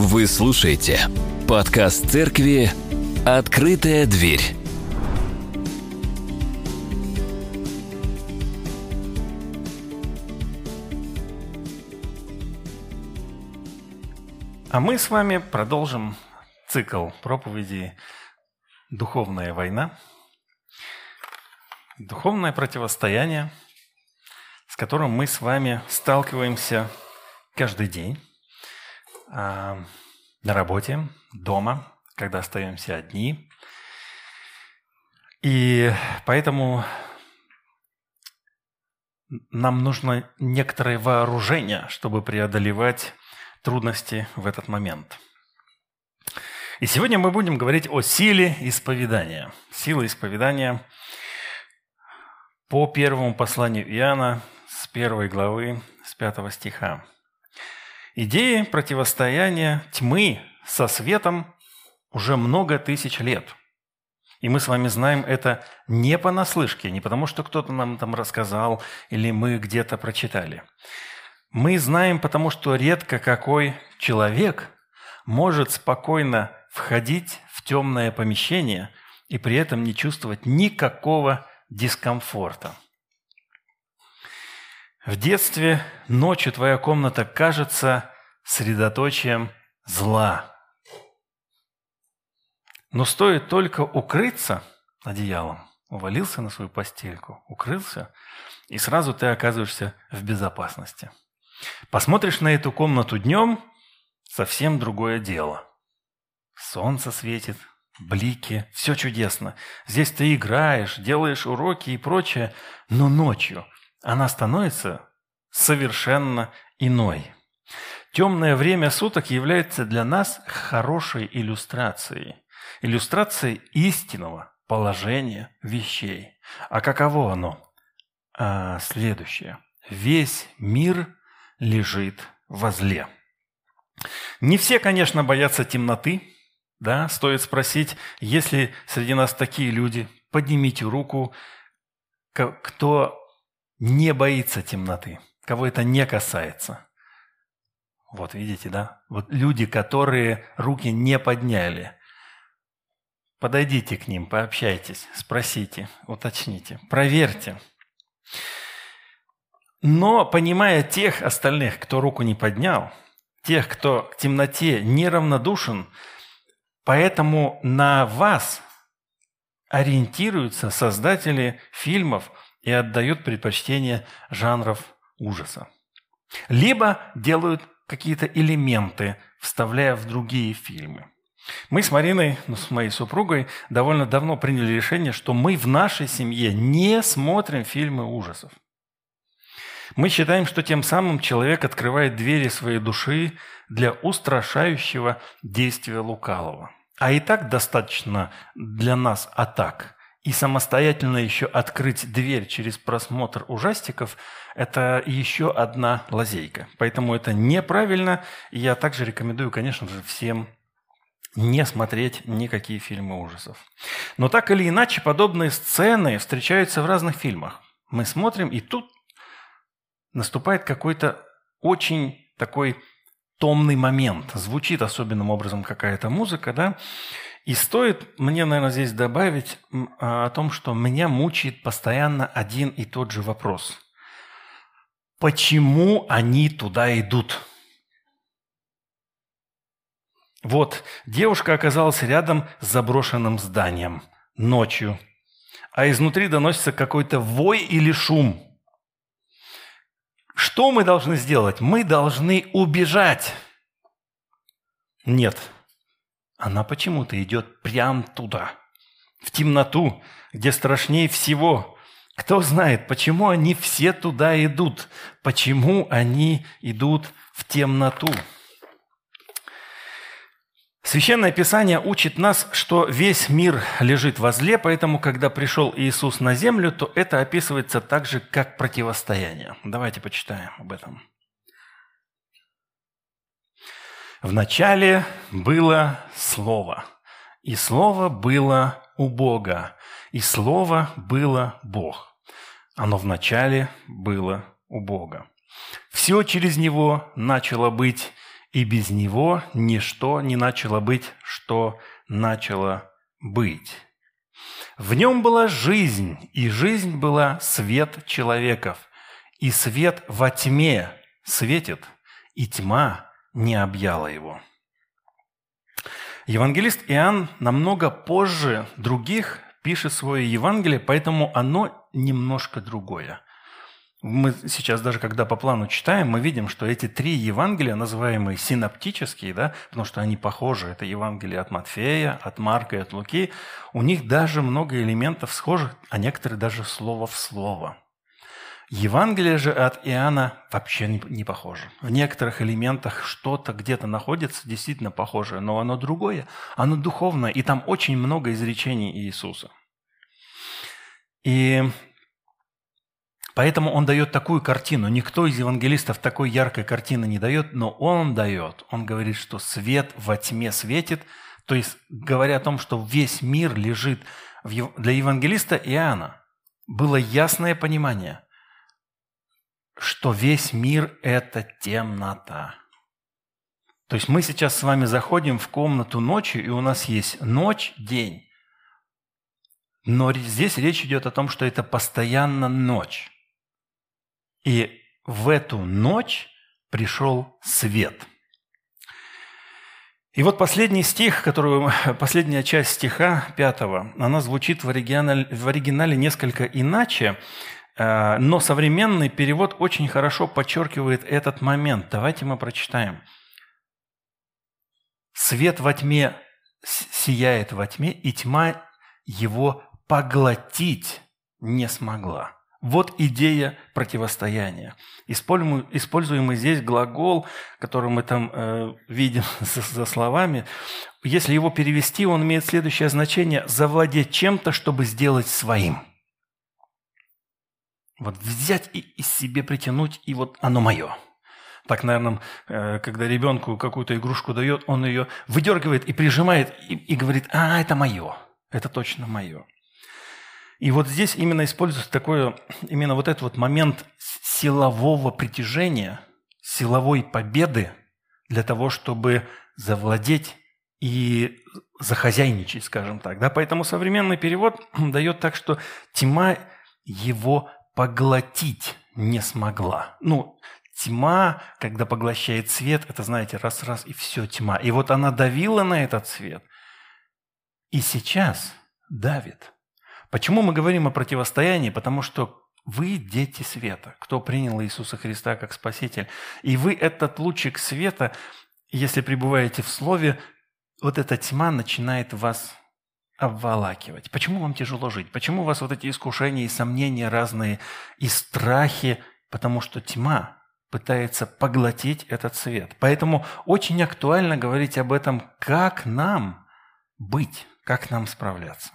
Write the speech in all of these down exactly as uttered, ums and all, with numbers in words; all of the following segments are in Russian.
Вы слушаете подкаст церкви «Открытая дверь». А мы с вами продолжим цикл проповедей «Духовная война», духовное противостояние, с которым мы с вами сталкиваемся каждый день а, на работе, дома, когда остаемся одни. И поэтому нам нужно некоторое вооружение, чтобы преодолевать трудности в этот момент. И сегодня мы будем говорить о силе исповедания. Сила исповедания по первому посланию Иоанна с первой главы, с пятого стиха. Идея противостояния тьмы со светом уже много тысяч лет. И мы с вами знаем это не понаслышке, не потому что кто-то нам там рассказал или мы где-то прочитали. Мы знаем, потому что редко какой человек может спокойно входить в темное помещение и при этом не чувствовать никакого дискомфорта. В детстве ночью твоя комната кажется средоточием зла. Но стоит только укрыться одеялом, увалился на свою постельку, укрылся, и сразу ты оказываешься в безопасности. Посмотришь на эту комнату днем – совсем другое дело. Солнце светит, блики, все чудесно. Здесь ты играешь, делаешь уроки и прочее, но ночью она становится совершенно иной. Темное время суток является для нас хорошей иллюстрацией. Иллюстрацией истинного положения вещей. А каково оно? А, следующее. Весь мир лежит во зле. Не все, конечно, боятся темноты. Да? Стоит спросить, есть ли среди нас такие люди, поднимите руку, кто не боится темноты, кого это не касается. Вот видите, да? Вот люди, которые руки не подняли. Подойдите к ним, пообщайтесь, спросите, уточните, проверьте. Но, понимая тех остальных, кто руку не поднял, тех, кто к темноте неравнодушен, поэтому на вас ориентируются создатели фильмов и отдают предпочтение жанров ужаса. Либо делают какие-то элементы, вставляя в другие фильмы. Мы с Мариной, ну, с моей супругой, довольно давно приняли решение, что мы в нашей семье не смотрим фильмы ужасов. Мы считаем, что тем самым человек открывает двери своей души для устрашающего действия лукавого. А и так достаточно для нас атак. И самостоятельно еще открыть дверь через просмотр ужастиков – это еще одна лазейка. Поэтому это неправильно. И я также рекомендую, конечно же, всем не смотреть никакие фильмы ужасов. Но так или иначе, подобные сцены встречаются в разных фильмах. Мы смотрим, и тут наступает какой-то очень такой томный момент. Звучит особенным образом какая-то музыка, да? И стоит мне, наверное, здесь добавить о том, что меня мучает постоянно один и тот же вопрос. Почему они туда идут? Вот, девушка оказалась рядом с заброшенным зданием ночью, а изнутри доносится какой-то вой или шум. Что мы должны сделать? Мы должны убежать. Нет, она почему-то идет прямо туда, в темноту, где страшнее всего. Кто знает, почему они все туда идут? Почему они идут в темноту? Священное Писание учит нас, что весь мир лежит во зле, поэтому, когда пришел Иисус на землю, то это описывается так же, как противостояние. Давайте почитаем об этом. «Вначале было Слово, и Слово было у Бога, и Слово было Бог. Оно вначале было у Бога. Все через Него начало быть, и без него ничто не начало быть, что начало быть. В нем была жизнь, и жизнь была свет человеков, и свет во тьме светит, и тьма не объяла его». Евангелист Иоанн намного позже других пишет свое Евангелие, поэтому оно немножко другое. Мы сейчас даже, когда по плану читаем, мы видим, что эти три Евангелия, называемые синоптические, да, потому что они похожи, это Евангелие от Матфея, от Марка и от Луки, у них даже много элементов схожих, а некоторые даже слово в слово. Евангелие же от Иоанна вообще не, не похоже. В некоторых элементах что-то где-то находится действительно похожее, но оно другое, оно духовное, и там очень много изречений Иисуса. И поэтому он дает такую картину. Никто из евангелистов такой яркой картины не дает, но он дает. Он говорит, что свет во тьме светит, то есть говоря о том, что весь мир лежит в ев... Для евангелиста Иоанна было ясное понимание, что весь мир – это темнота. То есть мы сейчас с вами заходим в комнату ночью, и у нас есть ночь, день. Но здесь речь идет о том, что это постоянно ночь. И в эту ночь пришел свет. И вот последний стих, который, последняя часть стиха пятого, она звучит в оригинале, в оригинале несколько иначе, но современный перевод очень хорошо подчеркивает этот момент. Давайте мы прочитаем. «Свет во тьме сияет во тьме, и тьма его поглотить не смогла». Вот идея противостояния. Используемый, используемый здесь глагол, который мы там э, видим за, за словами, если его перевести, он имеет следующее значение – завладеть чем-то, чтобы сделать своим. Вот взять и, и себе притянуть, и вот оно мое. Так, наверное, э, когда ребенку какую-то игрушку дает, он ее выдергивает и прижимает, и, и говорит: «А, это мое, это точно мое». И вот здесь именно используется такое, именно вот этот вот момент силового притяжения, силовой победы для того, чтобы завладеть и захозяйничать, скажем так. Да? Поэтому современный перевод дает так, что тьма его поглотить не смогла. Ну, тьма, когда поглощает свет, это, знаете, раз-раз и все тьма. И вот она давила на этот свет, и сейчас давит. Почему мы говорим о противостоянии? Потому что вы дети света, кто принял Иисуса Христа как Спаситель. И вы этот лучик света, если пребываете в Слове, вот эта тьма начинает вас обволакивать. Почему вам тяжело жить? Почему у вас вот эти искушения и сомнения разные, и страхи? Потому что тьма пытается поглотить этот свет. Поэтому очень актуально говорить об этом, как нам быть, как нам справляться.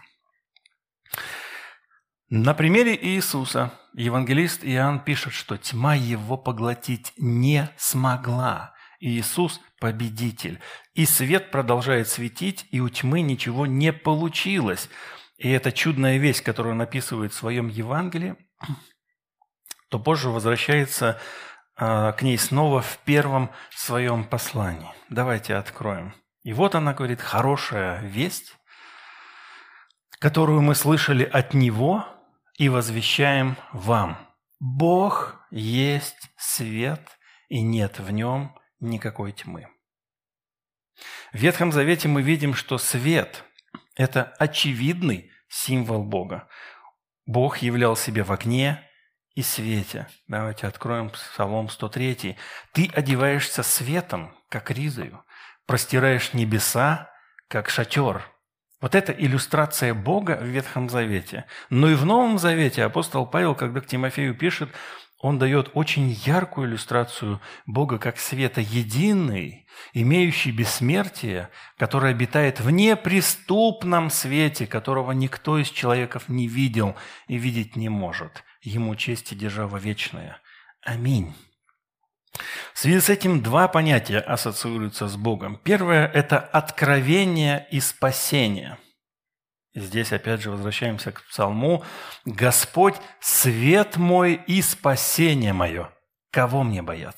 На примере Иисуса евангелист Иоанн пишет, что тьма его поглотить не смогла. Иисус – победитель. И свет продолжает светить, и у тьмы ничего не получилось. И эта чудная весть, которую он описывает в своем Евангелии, то позже возвращается а, к ней снова в первом своем послании. Давайте откроем. И вот она говорит: «Хорошая весть, которую мы слышали от Него и возвещаем вам. Бог есть свет, и нет в Нем никакой тьмы». В Ветхом Завете мы видим, что свет – это очевидный символ Бога. Бог являл себя в огне и свете. Давайте откроем Псалом сто три. «Ты одеваешься светом, как ризою, простираешь небеса, как шатер». Вот это иллюстрация Бога в Ветхом Завете. Но и в Новом Завете апостол Павел, когда к Тимофею пишет, он дает очень яркую иллюстрацию Бога как света единый, имеющий бессмертие, который обитает в неприступном свете, которого никто из человеков не видел и видеть не может. Ему честь и держава вечная. Аминь. В связи с этим два понятия ассоциируются с Богом. Первое – это откровение и спасение. И здесь опять же возвращаемся к Псалму. «Господь – свет мой и спасение мое. Кого мне бояться?»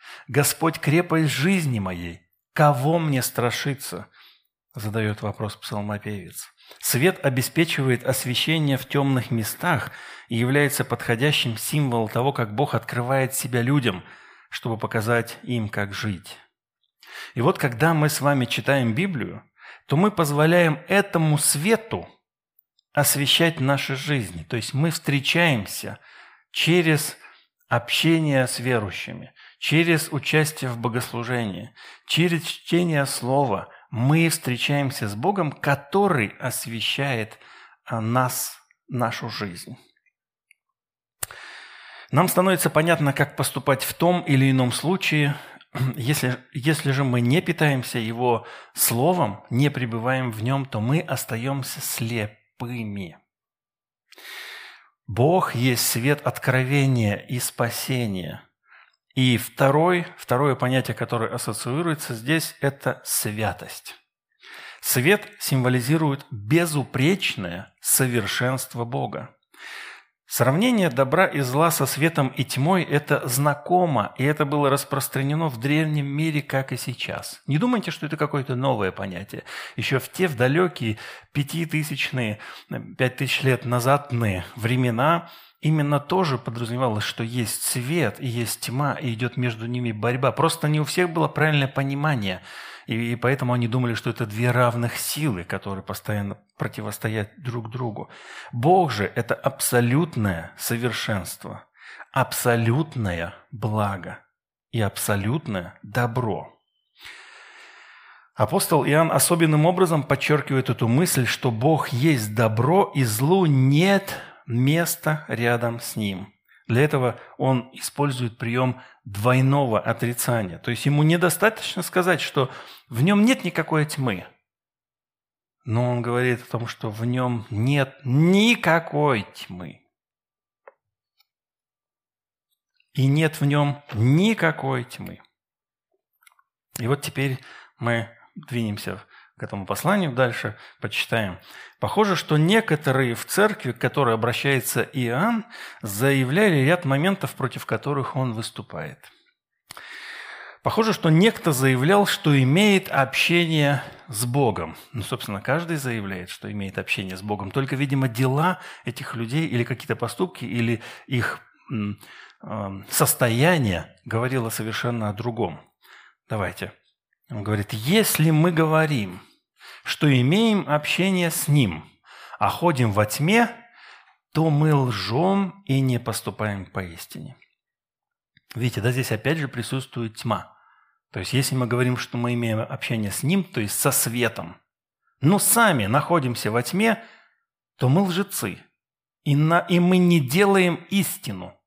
Господь – крепость жизни моей. Кого мне страшиться?» – задает вопрос псалмопевец. Свет обеспечивает освещение в темных местах и является подходящим символом того, как Бог открывает себя людям, чтобы показать им, как жить. И вот когда мы с вами читаем Библию, то мы позволяем этому свету освещать наши жизни. То есть мы встречаемся через общение с верующими, через участие в богослужении, через чтение Слова. Мы встречаемся с Богом, который освещает нас, нашу жизнь. Нам становится понятно, как поступать в том или ином случае. Если, если же мы не питаемся Его Словом, не пребываем в Нем, то мы остаемся слепыми. Бог есть свет откровения и спасения. И второй, второе понятие, которое ассоциируется здесь, это святость. Свет символизирует безупречное совершенство Бога. Сравнение добра и зла со светом и тьмой – это знакомо, и это было распространено в древнем мире, как и сейчас. Не думайте, что это какое-то новое понятие. Еще в те в далекие пятитысячные, пять тысяч лет назадные времена именно тоже подразумевалось, что есть свет и есть тьма, и идет между ними борьба. Просто не у всех было правильное понимание, и поэтому они думали, что это две равных силы, которые постоянно противостоят друг другу. Бог же – это абсолютное совершенство, абсолютное благо и абсолютное добро. Апостол Иоанн особенным образом подчеркивает эту мысль, что Бог есть добро, и злу нет места рядом с Ним. Для этого он использует прием двойного отрицания. То есть ему недостаточно сказать, что в нем нет никакой тьмы. Но он говорит о том, что в нем нет никакой тьмы. И нет в нем никакой тьмы. И вот теперь мы двинемся к этому посланию дальше, почитаем. Похоже, что некоторые в церкви, к которой обращается Иоанн, заявляли ряд моментов, против которых он выступает. Похоже, что некто заявлял, что имеет общение с Богом. Ну, собственно, каждый заявляет, что имеет общение с Богом. Только, видимо, дела этих людей или какие-то поступки, или их э, состояние говорило совершенно о другом. Давайте. Он говорит, если мы говорим, что имеем общение с Ним, а ходим во тьме, то мы лжем и не поступаем поистине. Видите, да, здесь опять же присутствует тьма. То есть, если мы говорим, что мы имеем общение с Ним, то есть со светом, но сами находимся во тьме, то мы лжецы, и, на, и мы не делаем истину.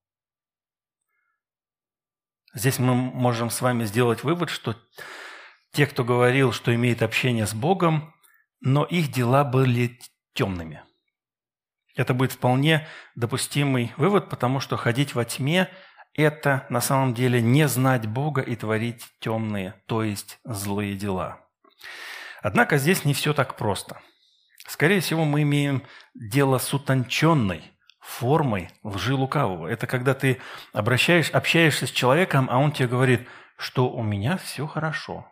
Здесь мы можем с вами сделать вывод, что те, кто говорил, что имеет общение с Богом, но их дела были темными. Это будет вполне допустимый вывод, потому что ходить во тьме – это на самом деле не знать Бога и творить темные, то есть злые дела. Однако здесь не все так просто. Скорее всего, мы имеем дело с утонченной формой лжи лукавого. Это когда ты обращаешь, общаешься с человеком, а он тебе говорит, что у меня все хорошо.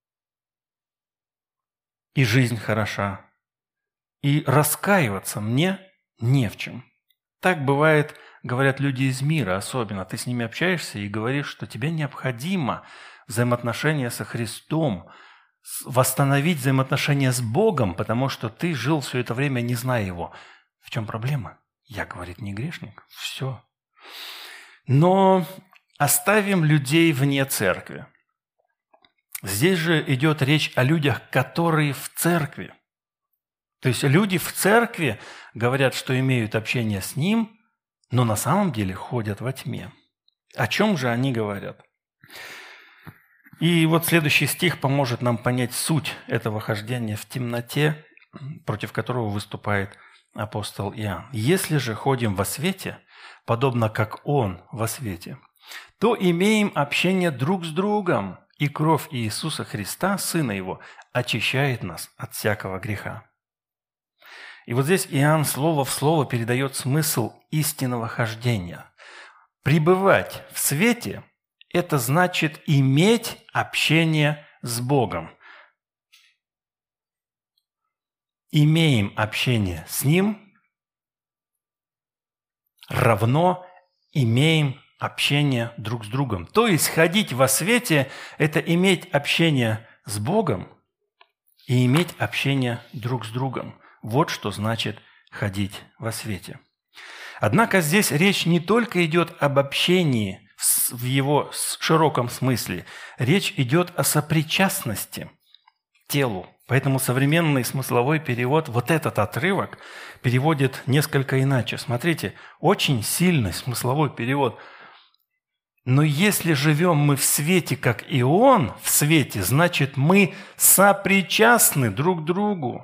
И жизнь хороша. И раскаиваться мне не в чем. Так бывает, говорят люди из мира особенно. Ты с ними общаешься и говоришь, что тебе необходимо взаимоотношения со Христом, восстановить взаимоотношения с Богом, потому что ты жил все это время, не зная Его. В чем проблема? Я, говорит, не грешник. Все. Но оставим людей вне церкви. Здесь же идет речь о людях, которые в церкви. То есть люди в церкви говорят, что имеют общение с Ним, но на самом деле ходят во тьме. О чем же они говорят? И вот следующий стих поможет нам понять суть этого хождения в темноте, против которого выступает апостол Иоанн. «Если же ходим во свете, подобно как Он во свете, то имеем общение друг с другом, и кровь Иисуса Христа, Сына Его, очищает нас от всякого греха». И вот здесь Иоанн слово в слово передает смысл истинного хождения. Пребывать в свете Это значит иметь общение с Богом. Имеем общение с Ним равно имеем общение друг с другом. То есть ходить во свете – это иметь общение с Богом и иметь общение друг с другом. Вот что значит ходить во свете. Однако здесь речь не только идет об общении в его широком смысле. Речь идет о сопричастности телу. Поэтому современный смысловой перевод, вот этот отрывок, переводит несколько иначе. Смотрите, очень сильный смысловой перевод. Но если живем мы в свете, как и Он в свете, значит, мы сопричастны друг другу.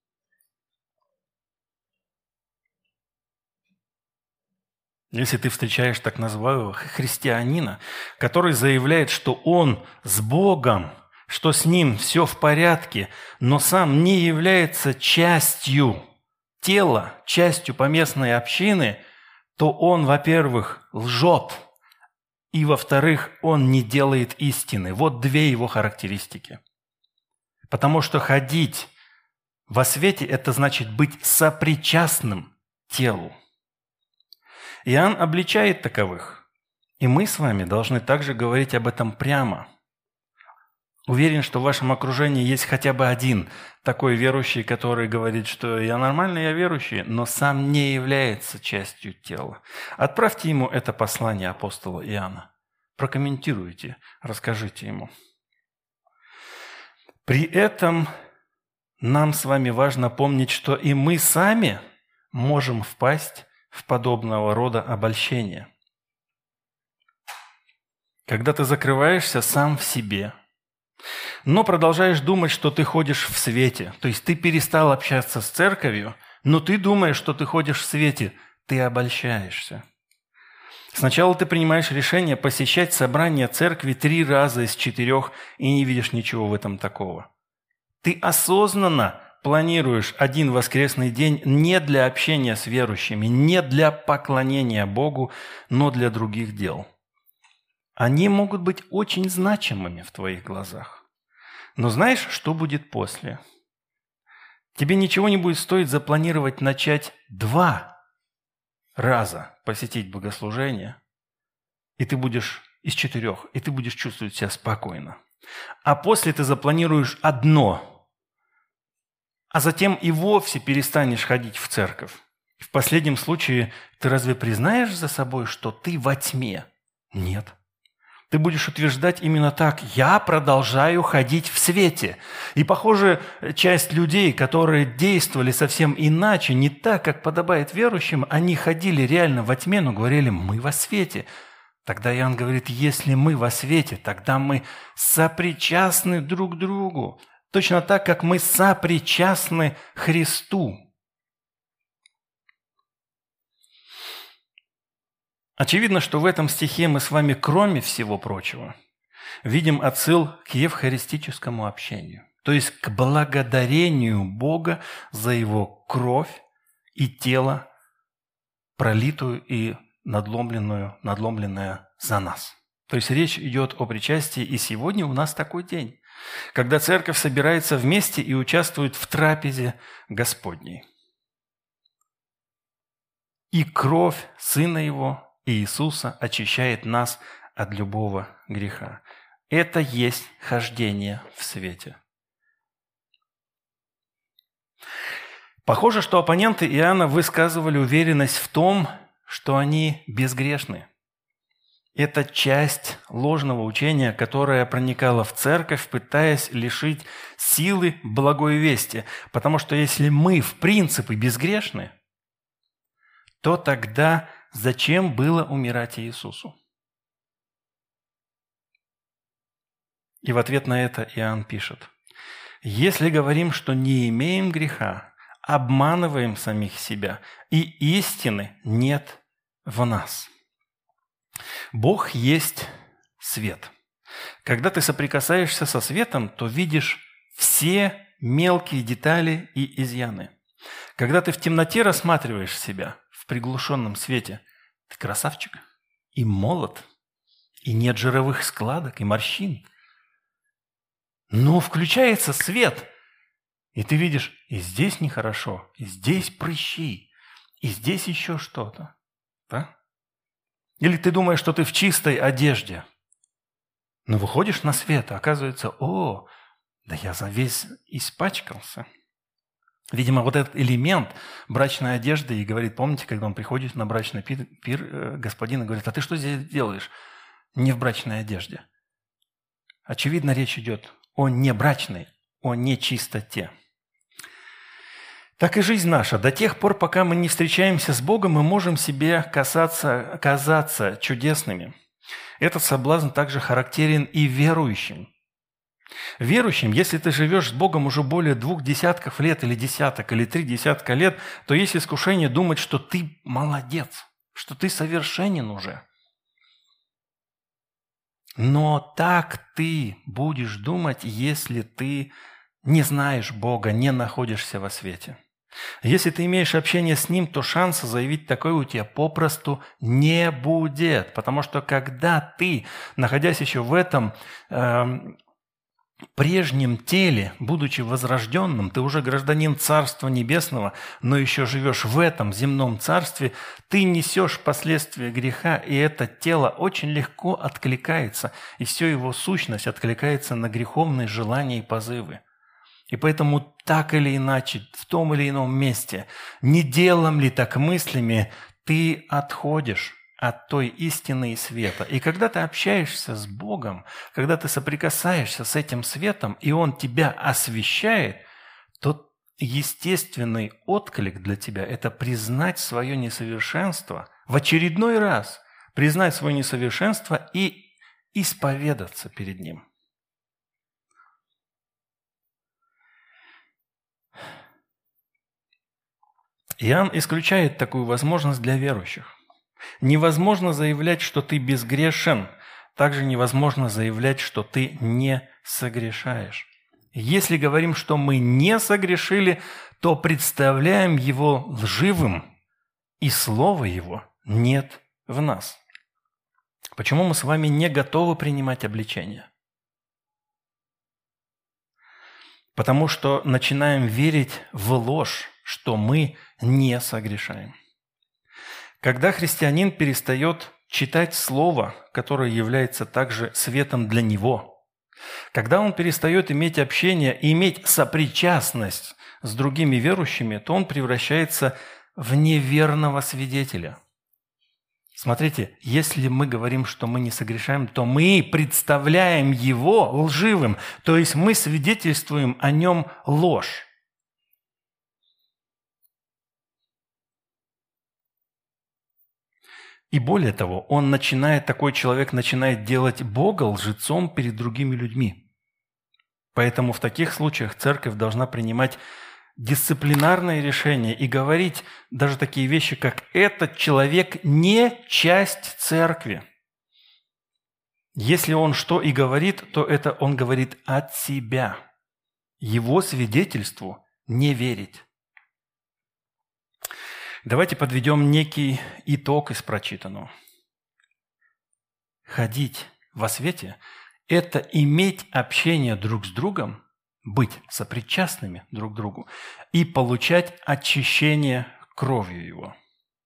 Если ты встречаешь так называемого христианина, который заявляет, что он с Богом, что с ним все в порядке, но сам не является частью тела, частью поместной общины, то он, во-первых, лжет, и, во-вторых, он не делает истины. Вот две его характеристики. Потому что ходить во свете – это значит быть сопричастным телу. Иоанн обличает таковых, и мы с вами должны также говорить об этом прямо. Уверен, что в вашем окружении есть хотя бы один такой верующий, который говорит, что я нормальный, я верующий, но сам не является частью тела. Отправьте ему это послание апостола Иоанна. Прокомментируйте, расскажите ему. При этом нам с вами важно помнить, что и мы сами можем впасть в подобного рода обольщение. Когда ты закрываешься сам в себе, но продолжаешь думать, что ты ходишь в свете, то есть ты перестал общаться с церковью, но ты думаешь, что ты ходишь в свете, ты обольщаешься. Сначала ты принимаешь решение посещать собрания церкви три раза из четырех и не видишь ничего в этом такого. Ты осознанно планируешь один воскресный день не для общения с верующими, не для поклонения Богу, но для других дел. Они могут быть очень значимыми в твоих глазах. Но знаешь, что будет после? Тебе ничего не будет стоить запланировать начать два раза посетить богослужение, и ты будешь из четырех, и ты будешь чувствовать себя спокойно. А после ты запланируешь одно, а затем и вовсе перестанешь ходить в церковь. В последнем случае ты разве признаешь за собой, что ты во тьме? Нет. Ты будешь утверждать именно так: «Я продолжаю ходить в свете». И, похоже, часть людей, которые действовали совсем иначе, не так, как подобает верующим, они ходили реально во тьме, но говорили: «Мы во свете». Тогда Иоанн говорит: если мы во свете, тогда мы сопричастны друг другу. Точно так, как мы сопричастны Христу. Очевидно, что в этом стихе мы с вами, кроме всего прочего, видим отсыл к евхаристическому общению, то есть к благодарению Бога за Его кровь и тело, пролитую и надломленную, надломленное за нас. То есть речь идет о причастии, и сегодня у нас такой день, когда церковь собирается вместе и участвует в трапезе Господней. И кровь Сына Его, Иисуса, очищает нас от любого греха. Это есть хождение в свете. Похоже, что оппоненты Иоанна высказывали уверенность в том, что они безгрешны. Это часть ложного учения, которое проникало в церковь, пытаясь лишить силы благой вести. Потому что если мы в принципе безгрешны, то тогда зачем было умирать Иисусу? И в ответ на это Иоанн пишет: «Если говорим, что не имеем греха, обманываем самих себя, и истины нет в нас». Бог есть свет. Когда ты соприкасаешься со светом, то видишь все мелкие детали и изъяны. Когда ты в темноте рассматриваешь себя в приглушенном свете, ты красавчик и молод, и нет жировых складок и морщин. Но включается свет, и ты видишь, и здесь нехорошо, и здесь прыщи, и здесь еще что-то. Да? Или ты думаешь, что ты в чистой одежде, но выходишь на свет, а оказывается, о, да я за весь испачкался. Видимо, вот этот элемент брачной одежды и говорит, помните, когда он приходит на брачный пир, пир господин и говорит, а ты что здесь делаешь? Не в брачной одежде. Очевидно, речь идет о небрачной, о нечистоте. Так и жизнь наша. До тех пор, пока мы не встречаемся с Богом, мы можем себе касаться, казаться чудесными. Этот соблазн также характерен и верующим. Верующим, если ты живешь с Богом уже более двух десятков лет, или десяток, или три десятка лет, то есть искушение думать, что ты молодец, что ты совершенен уже. Но так ты будешь думать, если ты не знаешь Бога, не находишься во свете. Если ты имеешь общение с Ним, то шанса заявить такое у тебя попросту не будет. Потому что когда ты, находясь еще в этом э, прежнем теле, будучи возрожденным, ты уже гражданин Царства Небесного, но еще живешь в этом земном царстве, ты несешь последствия греха, и это тело очень легко откликается, и все его сущность откликается на греховные желания и позывы. И поэтому так или иначе, в том или ином месте, не делом ли, так мыслями, ты отходишь от той истины и света. И когда ты общаешься с Богом, когда ты соприкасаешься с этим светом, и Он тебя освещает, то естественный отклик для тебя – это признать свое несовершенство, в очередной раз признать свое несовершенство и исповедаться перед Ним. Иоанн исключает такую возможность для верующих. Невозможно заявлять, что ты безгрешен. Также невозможно заявлять, что ты не согрешаешь. Если говорим, что мы не согрешили, то представляем его лживым, и слова его нет в нас. Почему мы с вами не готовы принимать обличение? Потому что начинаем верить в ложь, что мы не согрешаем. Когда христианин перестает читать Слово, которое является также светом для него, когда он перестает иметь общение и иметь сопричастность с другими верующими, то он превращается в неверного свидетеля. Смотрите, если мы говорим, что мы не согрешаем, то мы представляем его лживым, то есть мы свидетельствуем о нем ложь. И более того, он начинает, такой человек начинает делать Бога лжецом перед другими людьми. Поэтому в таких случаях церковь должна принимать дисциплинарные решения и говорить даже такие вещи, как «этот человек не часть церкви». Если он что и говорит, то это он говорит от себя. Его свидетельству не верить. Давайте подведем некий итог из прочитанного. Ходить во свете – это иметь общение друг с другом, быть сопричастными друг к другу и получать очищение кровью Его.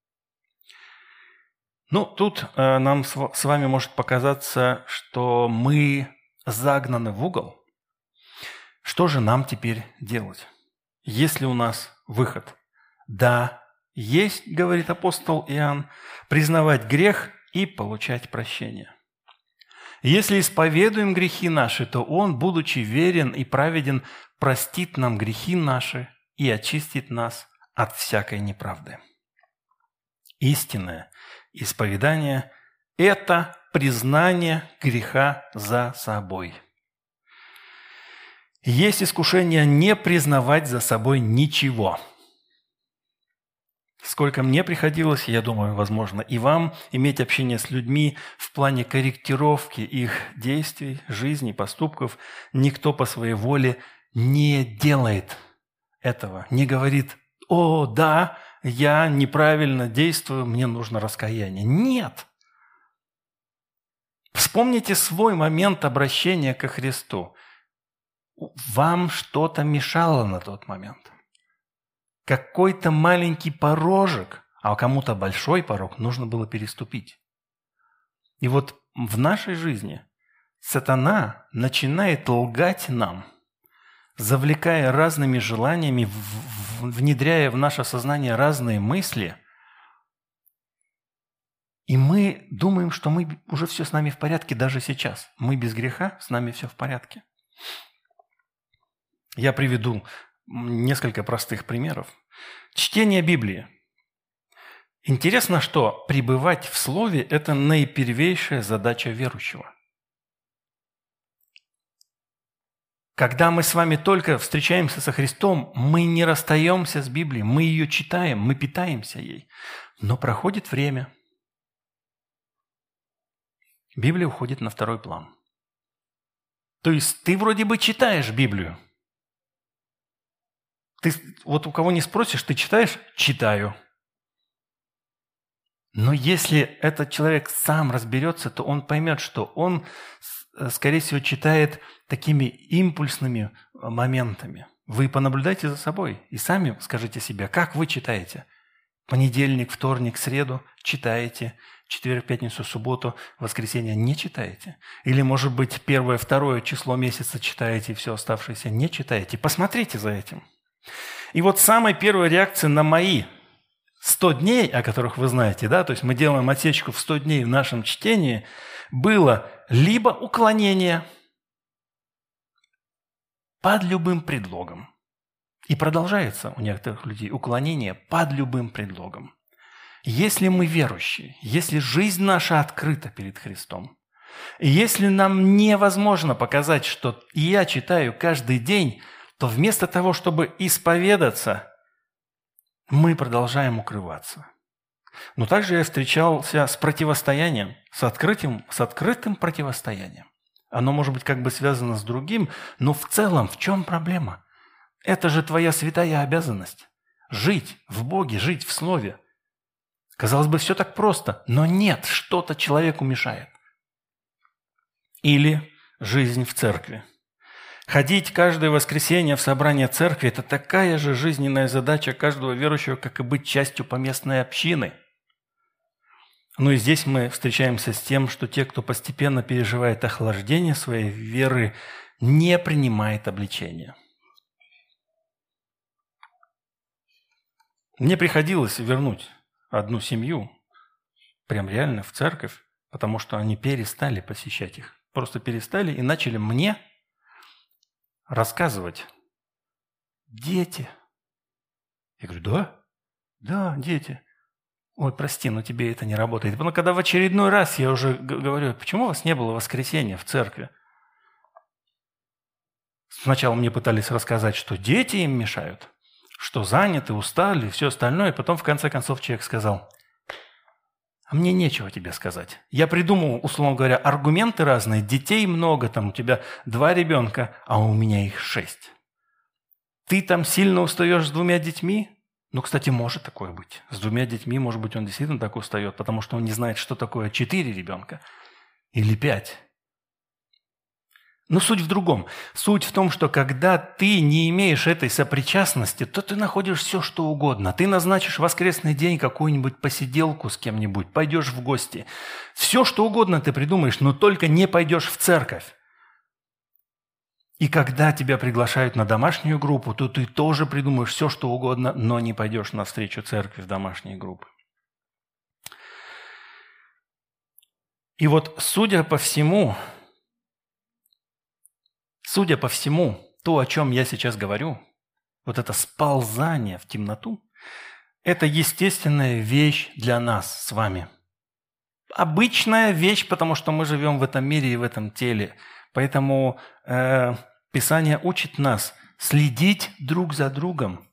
Ну, тут э, нам с, с вами может показаться, что мы загнаны в угол. Что же нам теперь делать? Есть ли у нас выход? Да, есть, говорит апостол Иоанн, признавать грех и получать прощение. Если исповедуем грехи наши, то Он, будучи верен и праведен, простит нам грехи наши и очистит нас от всякой неправды. Истинное исповедание – это признание греха за собой. Есть искушение не признавать за собой ничего. Сколько мне приходилось, я думаю, возможно, и вам иметь общение с людьми в плане корректировки их действий, жизни, поступков, никто по своей воле не делает этого, не говорит: «О, да, я неправильно действую, мне нужно раскаяние». Нет. Вспомните свой момент обращения ко Христу. Вам что-то мешало на тот момент. Какой-то маленький порожек, а кому-то большой порог нужно было переступить. И вот в нашей жизни сатана начинает лгать нам, завлекая разными желаниями, внедряя в наше сознание разные мысли, и мы думаем, что мы уже все с нами в порядке даже сейчас. Мы без греха, с нами все в порядке. Я приведу несколько простых примеров. Чтение Библии. Интересно, что пребывать в Слове – это наипервейшая задача верующего. Когда мы с вами только встречаемся со Христом, мы не расстаемся с Библией, мы ее читаем, мы питаемся ей. Но проходит время. Библия уходит на второй план. То есть ты вроде бы читаешь Библию. Ты вот у кого не спросишь, ты читаешь? Читаю. Но если этот человек сам разберется, то он поймет, что он, скорее всего, читает такими импульсными моментами. Вы понаблюдайте за собой и сами скажите себе, как вы читаете. Понедельник, вторник, среду читаете, четверг, пятницу, субботу, воскресенье не читаете. Или, может быть, первое, второе число месяца читаете, и все оставшееся не читаете. Посмотрите за этим. И вот самая первая реакция на мои сто дней, о которых вы знаете, да, то есть мы делаем отсечку в сто дней в нашем чтении, было либо уклонение под любым предлогом. И продолжается у некоторых людей уклонение под любым предлогом. Если мы верующие, если жизнь наша открыта перед Христом, если нам невозможно показать, что я читаю каждый день, то вместо того, чтобы исповедаться, мы продолжаем укрываться. Но также я встречался с противостоянием, с открытым, с открытым противостоянием. Оно может быть как бы связано с другим, но в целом в чем проблема? Это же твоя святая обязанность – жить в Боге, жить в Слове. Казалось бы, все так просто, но нет, что-то человеку мешает. Или жизнь в церкви. Ходить каждое воскресенье в собрание церкви – это такая же жизненная задача каждого верующего, как и быть частью поместной общины. Ну и здесь мы встречаемся с тем, что те, кто постепенно переживает охлаждение своей веры, не принимает обличения. Мне приходилось вернуть одну семью, прям реально в церковь, потому что они перестали посещать их. Просто перестали и начали мне рассказывать. Дети. Я говорю, да? Да, дети. Ой, прости, но тебе это не работает. Но когда в очередной раз я уже говорю, почему у вас не было воскресенья в церкви? Сначала мне пытались рассказать, что дети им мешают, что заняты, устали и все остальное. Потом, в конце концов, человек сказал, а мне нечего тебе сказать. Я придумал, условно говоря, аргументы разные. Детей много, там у тебя два ребенка, а у меня их шесть. Ты там сильно устаешь с двумя детьми? Ну, кстати, может такое быть. С двумя детьми, может быть, он действительно так устает, потому что он не знает, что такое четыре ребенка или пять. Но суть в другом. Суть в том, что когда ты не имеешь этой сопричастности, то ты находишь все, что угодно. Ты назначишь в воскресный день какую-нибудь посиделку с кем-нибудь, пойдешь в гости. Все, что угодно ты придумаешь, но только не пойдешь в церковь. И когда тебя приглашают на домашнюю группу, то ты тоже придумаешь все, что угодно, но не пойдешь на встречу церкви в домашней группе. И вот, судя по всему... Судя по всему, то, о чем я сейчас говорю, вот это сползание в темноту, это естественная вещь для нас с вами. Обычная вещь, потому что мы живем в этом мире и в этом теле. Поэтому э, Писание учит нас следить друг за другом.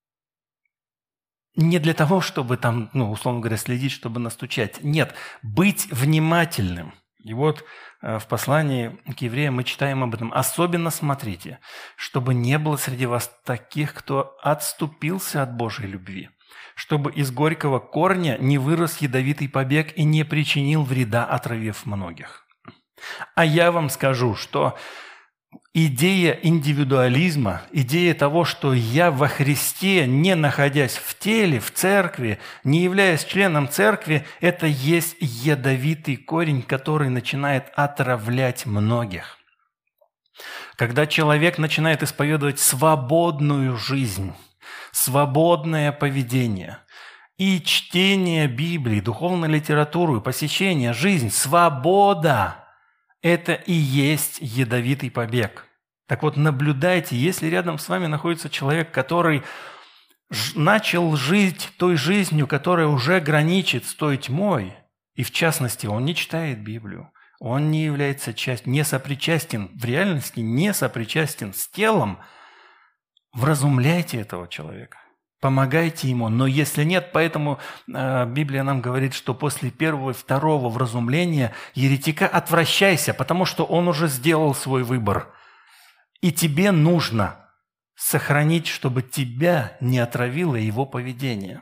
Не для того, чтобы там, ну, условно говоря, следить, чтобы настучать. Нет, быть внимательным. И вот в послании к евреям мы читаем об этом. Особенно смотрите, чтобы не было среди вас таких, кто отступился от Божьей любви, чтобы из горького корня не вырос ядовитый побег и не причинил вреда, отравив многих. А я вам скажу, что идея индивидуализма, идея того, что я во Христе, не находясь в теле, в церкви, не являясь членом церкви, это есть ядовитый корень, который начинает отравлять многих. Когда человек начинает исповедовать свободную жизнь, свободное поведение и чтение Библии, духовную литературу, посещение, жизнь, свобода – это и есть ядовитый побег. Так вот, наблюдайте, если рядом с вами находится человек, который начал жить той жизнью, которая уже граничит с той тьмой, и в частности, он не читает Библию, он не является частью, не сопричастен, в реальности не сопричастен с телом, вразумляйте этого человека. Помогайте ему, но если нет, поэтому э, Библия нам говорит, что после первого и второго вразумления еретика отвращайся, потому что он уже сделал свой выбор. И тебе нужно сохранить, чтобы тебя не отравило его поведение.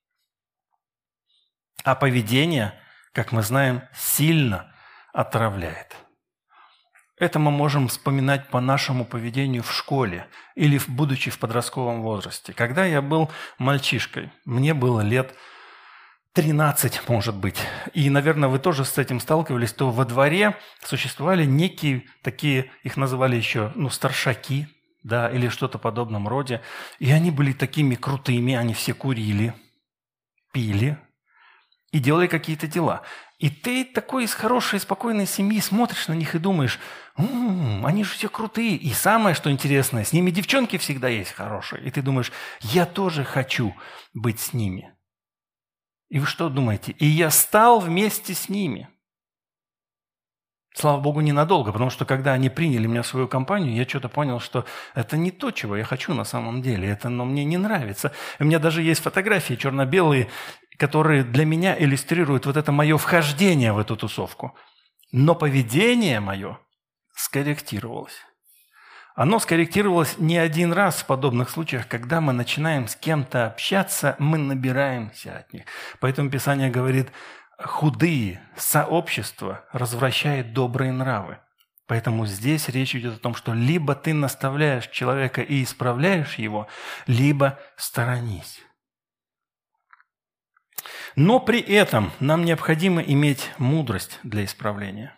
А поведение, как мы знаем, сильно отравляет. Это мы можем вспоминать по нашему поведению в школе или будучи в подростковом возрасте. Когда я был мальчишкой, мне было лет тринадцать, может быть, и, наверное, вы тоже с этим сталкивались, то во дворе существовали некие такие, их называли еще, ну, старшаки, да, или что-то в подобном роде, и они были такими крутыми, они все курили, пили и делали какие-то дела. И ты такой из хорошей, спокойной семьи смотришь на них и думаешь, м-м, они же все крутые. И самое, что интересное, с ними девчонки всегда есть хорошие. И ты думаешь, я тоже хочу быть с ними. И вы что думаете? И я стал вместе с ними. Слава Богу, ненадолго, потому что когда они приняли меня в свою компанию, я что-то понял, что это не то, чего я хочу на самом деле. Это но мне не нравится. У меня даже есть фотографии черно-белые, которые для меня иллюстрируют вот это мое вхождение в эту тусовку. Но поведение мое скорректировалось. Оно скорректировалось не один раз в подобных случаях, когда мы начинаем с кем-то общаться, мы набираемся от них. Поэтому Писание говорит, худые сообщества развращают добрые нравы. Поэтому здесь речь идет о том, что либо ты наставляешь человека и исправляешь его, либо сторонись. Но при этом нам необходимо иметь мудрость для исправления.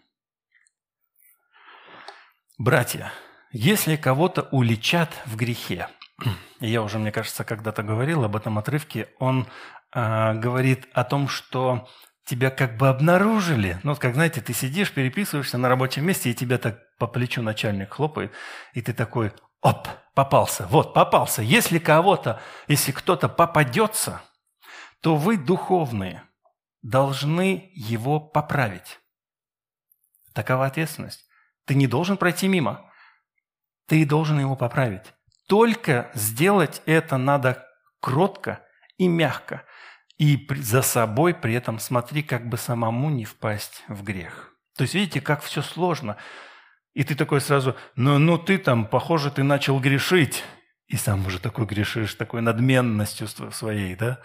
Братья, если кого-то уличат в грехе, я уже, мне кажется, когда-то говорил об этом отрывке, он э, говорит о том, что тебя как бы обнаружили. Ну, вот как, знаете, ты сидишь, переписываешься на рабочем месте, и тебя так по плечу начальник хлопает, и ты такой, оп, попался, вот, попался. Если кого-то, если кто-то попадется, то вы, духовные, должны его поправить. Такова ответственность. Ты не должен пройти мимо. Ты должен его поправить. Только сделать это надо кротко и мягко. И за собой при этом смотри, как бы самому не впасть в грех. То есть видите, как все сложно. И ты такой сразу, ну, ну ты там, похоже, ты начал грешить. И сам уже такой грешишь, такой надменностью своей, да?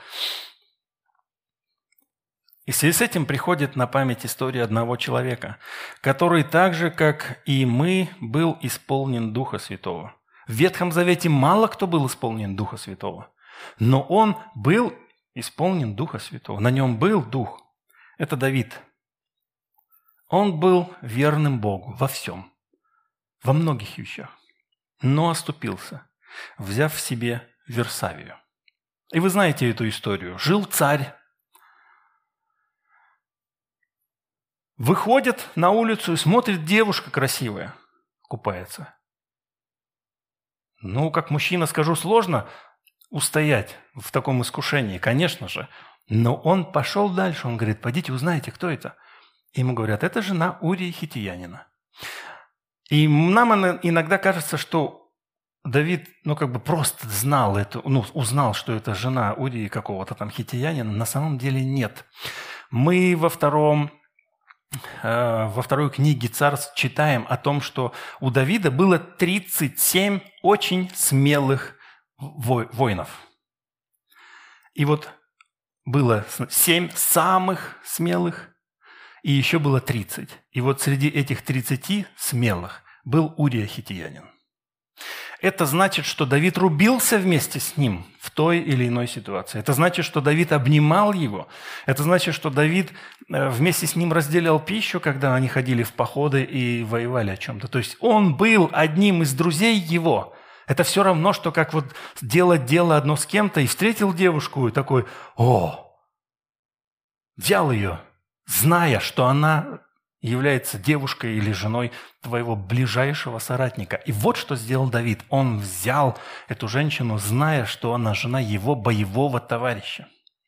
И в связи с этим приходит на память история одного человека, который так же, как и мы, был исполнен Духа Святого. В Ветхом Завете мало кто был исполнен Духа Святого, но он был исполнен Духа Святого. На нем был Дух. Это Давид. Он был верным Богу во всем, во многих вещах, но оступился, взяв в себе Версавию. И вы знаете эту историю. Жил царь, выходит на улицу и смотрит, девушка красивая купается. Ну, как мужчина, скажу, сложно устоять в таком искушении, конечно же. Но он пошел дальше, он говорит, пойдите узнайте, кто это. И ему говорят, это жена Урии Хиттиянина. И нам иногда кажется, что Давид, ну, как бы просто знал это, ну, узнал, что это жена Урии какого-то там хиттиянина. На самом деле нет. Мы во втором... Во второй книге Царств читаем о том, что у Давида было тридцать семь очень смелых воинов. И вот было семь самых смелых и еще было тридцать. И вот среди этих тридцати смелых был Урия Хиттиянин. Это значит, что Давид рубился вместе с ним в той или иной ситуации. Это значит, что Давид обнимал его. Это значит, что Давид вместе с ним разделял пищу, когда они ходили в походы и воевали о чем-то. То есть он был одним из друзей его. Это все равно, что как вот делать дело одно с кем-то и встретил девушку и такой: «О!» Взял ее, зная, что она является девушкой или женой твоего ближайшего соратника. И вот что сделал Давид. Он взял эту женщину, зная, что она жена его боевого товарища.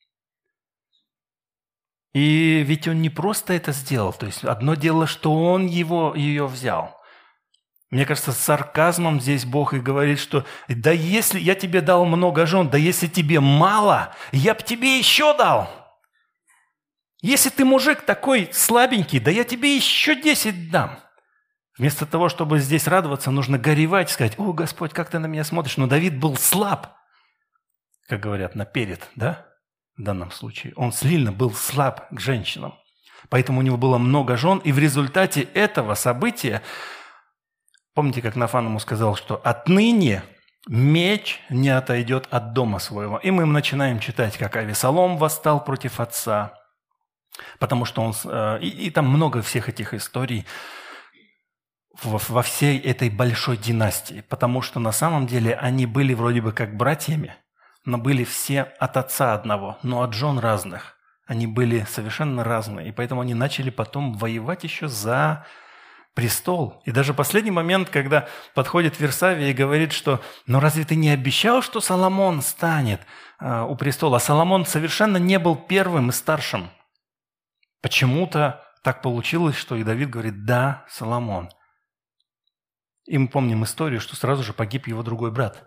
И ведь он не просто это сделал. То есть одно дело, что он его, ее взял. Мне кажется, с сарказмом здесь Бог и говорит, что да если я тебе дал много жен, да если тебе мало, я бы тебе еще дал. Если ты мужик такой слабенький, да я тебе еще десять дам. Вместо того, чтобы здесь радоваться, нужно горевать, сказать: «О, Господь, как ты на меня смотришь?» Но Давид был слаб, как говорят, наперед, да, в данном случае. Он сильно был слаб к женщинам. Поэтому у него было много жен, и в результате этого события, помните, как Нафан ему сказал, что отныне меч не отойдет от дома своего. И мы начинаем читать, как Авесолом восстал против отца, потому что он... И, и там много всех этих историй во, во всей этой большой династии, потому что на самом деле они были вроде бы как братьями, но были все от отца одного, но от жен разных. Они были совершенно разные, и поэтому они начали потом воевать еще за престол. И даже последний момент, когда подходит Версавия и говорит, что «Ну разве ты не обещал, что Соломон станет э, у престола?» А Соломон совершенно не был первым и старшим. Почему-то так получилось, что и Давид говорит: «Да, Соломон». И мы помним историю, что сразу же погиб его другой брат.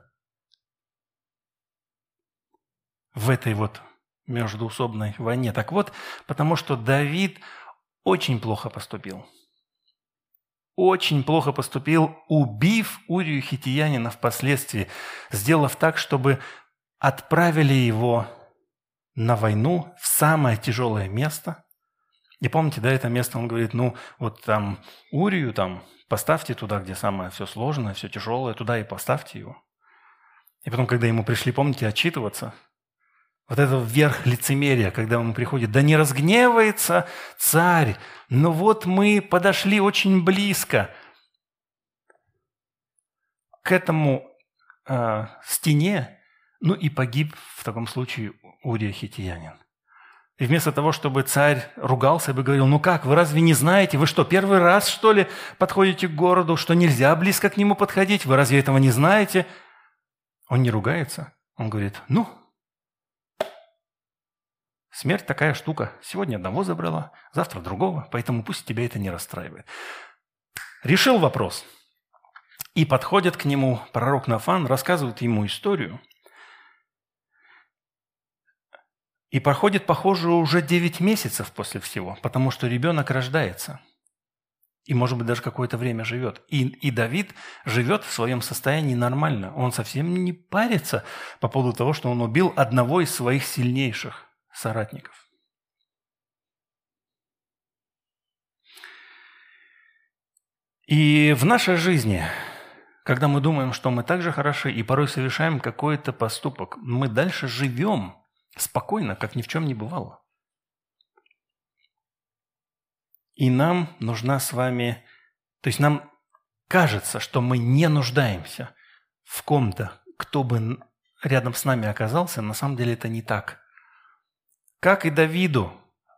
В этой вот междоусобной войне. Так вот, потому что Давид очень плохо поступил. Очень плохо поступил, убив Урию Хиттиянина впоследствии, сделав так, чтобы отправили его на войну в самое тяжелое место. И помните, да, это место, он говорит: ну, вот там Урию, там, поставьте туда, где самое все сложное, все тяжелое, туда и поставьте его. И потом, когда ему пришли, помните, отчитываться, вот это верх лицемерия, когда ему приходит: да не разгневается царь, но вот мы подошли очень близко к этому э, стене, ну и погиб в таком случае Урия Хиттиянин. И вместо того, чтобы царь ругался бы, говорил: ну как, вы разве не знаете, вы что, первый раз, что ли, подходите к городу, что нельзя близко к нему подходить, вы разве этого не знаете? Он не ругается, он говорит: ну, смерть такая штука, сегодня одного забрала, завтра другого, поэтому пусть тебя это не расстраивает. Решил вопрос. И подходит к нему пророк Нафан, рассказывает ему историю. И проходит, похоже, уже девять месяцев после всего, потому что ребенок рождается. И, может быть, даже какое-то время живет. И, и Давид живет в своем состоянии нормально. Он совсем не парится по поводу того, что он убил одного из своих сильнейших соратников. И в нашей жизни, когда мы думаем, что мы так же хороши, и порой совершаем какой-то поступок, мы дальше живем спокойно, как ни в чем не бывало. И нам нужна с вами... То есть нам кажется, что мы не нуждаемся в ком-то, кто бы рядом с нами оказался. На самом деле это не так. Как и Давиду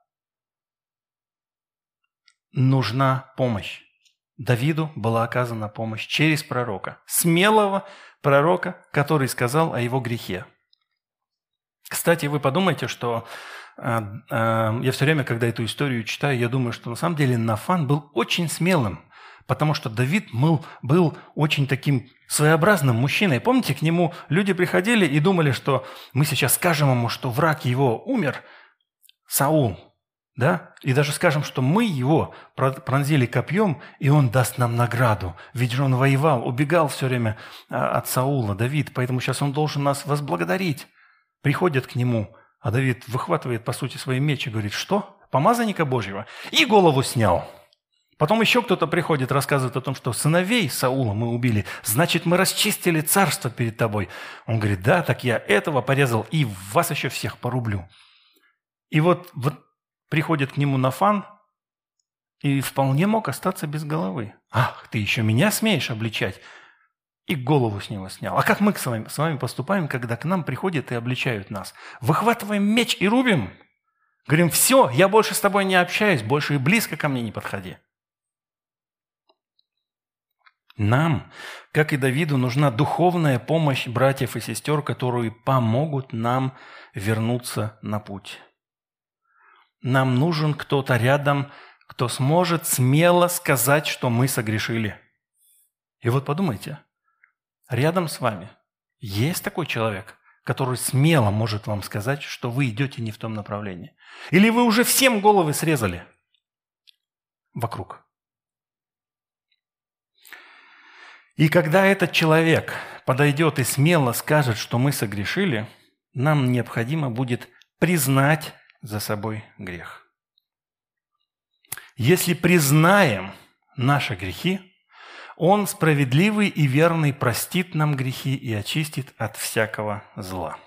нужна помощь. Давиду была оказана помощь через пророка. Смелого пророка, который сказал о его грехе. Кстати, вы подумайте, что э, э, я все время, когда эту историю читаю, я думаю, что на самом деле Нафан был очень смелым, потому что Давид был, был очень таким своеобразным мужчиной. Помните, к нему люди приходили и думали, что мы сейчас скажем ему, что враг его умер, Саул, да? И даже скажем, что мы его пронзили копьем, и он даст нам награду. Ведь же он воевал, убегал все время от Саула, Давид, поэтому сейчас он должен нас возблагодарить. Приходят к нему, а Давид выхватывает, по сути, свой меч и говорит: что? помазанника Божьего, и голову снял. Потом еще кто-то приходит, рассказывает о том, что сыновей Саула мы убили, значит, мы расчистили царство перед тобой. Он говорит, да, так я этого порезал, и вас еще всех порублю. И вот, вот приходит к нему Нафан, и вполне мог остаться без головы. Ах, ты еще меня смеешь обличать? И голову с него снял. А как мы с вами, с вами поступаем, когда к нам приходят и обличают нас? Выхватываем меч и рубим. Говорим, все, я больше с тобой не общаюсь, больше и близко ко мне не подходи. Нам, как и Давиду, нужна духовная помощь братьев и сестер, которые помогут нам вернуться на путь. Нам нужен кто-то рядом, кто сможет смело сказать, что мы согрешили. И вот подумайте, рядом с вами есть такой человек, который смело может вам сказать, что вы идете не в том направлении. Или вы уже всем головы срезали вокруг. И когда этот человек подойдет и смело скажет, что мы согрешили, нам необходимо будет признать за собой грех. Если признаем наши грехи, Он справедливый и верный простит нам грехи и очистит от всякого зла.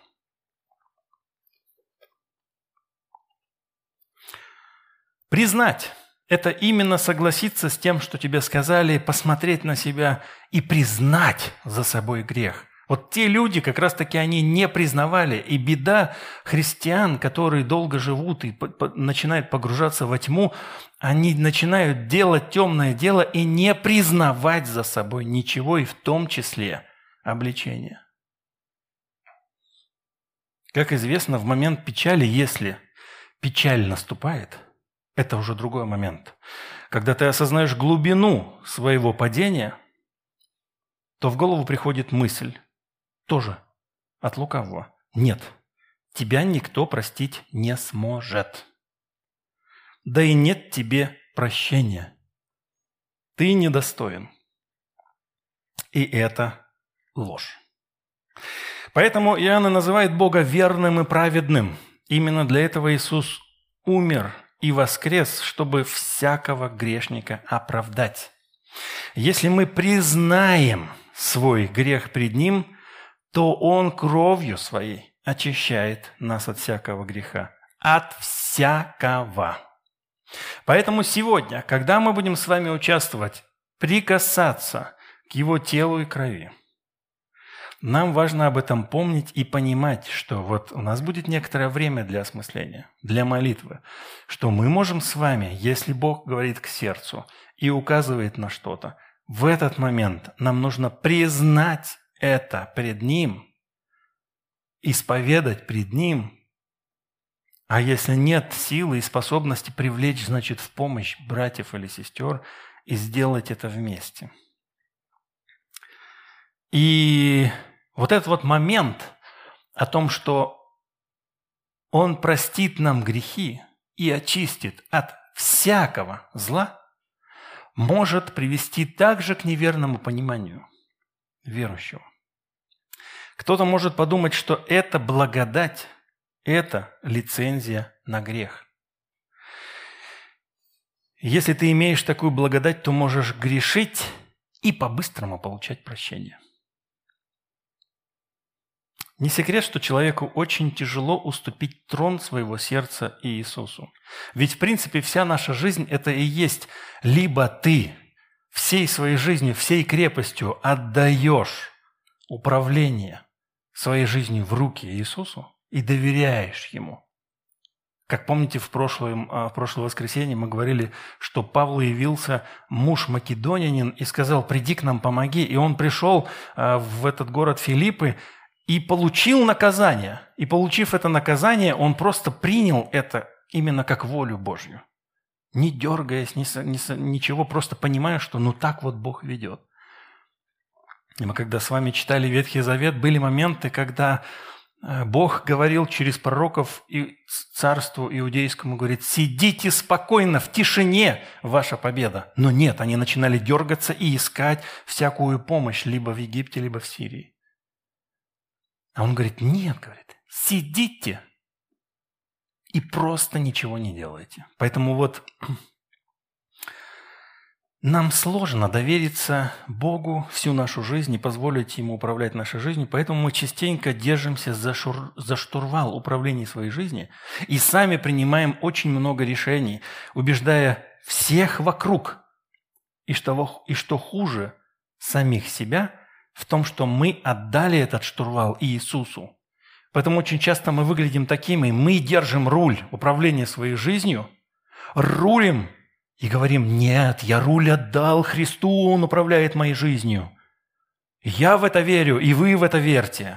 Признать – это именно согласиться с тем, что тебе сказали, посмотреть на себя и признать за собой грех. Вот те люди, как раз-таки они не признавали. И беда христиан, которые долго живут и по- по- начинают погружаться во тьму, они начинают делать темное дело и не признавать за собой ничего, и в том числе обличение. Как известно, в момент печали, если печаль наступает, это уже другой момент. Когда ты осознаешь глубину своего падения, то в голову приходит мысль, тоже от лукавого. Нет, тебя никто простить не сможет. Да и нет тебе прощения. Ты недостоин. И это ложь. Поэтому Иоанн называет Бога верным и праведным. Именно для этого Иисус умер и воскрес, чтобы всякого грешника оправдать. Если мы признаем свой грех пред Ним, то Он кровью Своей очищает нас от всякого греха. От всякого. Поэтому сегодня, когда мы будем с вами участвовать, прикасаться к Его телу и крови, нам важно об этом помнить и понимать, что вот у нас будет некоторое время для осмысления, для молитвы, что мы можем с вами, если Бог говорит к сердцу и указывает на что-то, в этот момент нам нужно признать это пред Ним, исповедать пред Ним, а если нет силы и способности привлечь, значит, в помощь братьев или сестер и сделать это вместе. И вот этот вот момент о том, что Он простит нам грехи и очистит от всякого зла, может привести также к неверному пониманию верующего. Кто-то может подумать, что это благодать, это лицензия на грех. Если ты имеешь такую благодать, то можешь грешить и по-быстрому получать прощение. Не секрет, что человеку очень тяжело уступить трон своего сердца Иисусу. Ведь, в принципе, вся наша жизнь – это и есть либо ты всей своей жизнью, всей крепостью отдаешь управление своей жизнью в руки Иисусу и доверяешь Ему. Как помните, в прошлое, в прошлое воскресенье мы говорили, что Павлу явился муж македонянин и сказал: «Приди к нам, помоги». И он пришел в этот город Филиппы и получил наказание. И получив это наказание, он просто принял это именно как волю Божью. Не дергаясь, ни, ни, ничего, просто понимая, что ну так вот Бог ведет. И мы когда с вами читали Ветхий Завет, были моменты, когда Бог говорил через пророков и царству иудейскому, говорит: «Сидите спокойно, в тишине ваша победа». Но нет, они начинали дергаться и искать всякую помощь либо в Египте, либо в Сирии. А он говорит: нет, говорит, сидите и просто ничего не делаете. Поэтому вот нам сложно довериться Богу всю нашу жизнь и позволить Ему управлять нашей жизнью, поэтому мы частенько держимся за, шур... за штурвал управления своей жизнью и сами принимаем очень много решений, убеждая всех вокруг, и что, и что хуже, самих себя, в том, что мы отдали этот штурвал Иисусу. Поэтому очень часто мы выглядим такими, мы держим руль управления своей жизнью, рулим, и говорим: нет, я руль отдал Христу, Он управляет моей жизнью. Я в это верю, и вы в это верьте.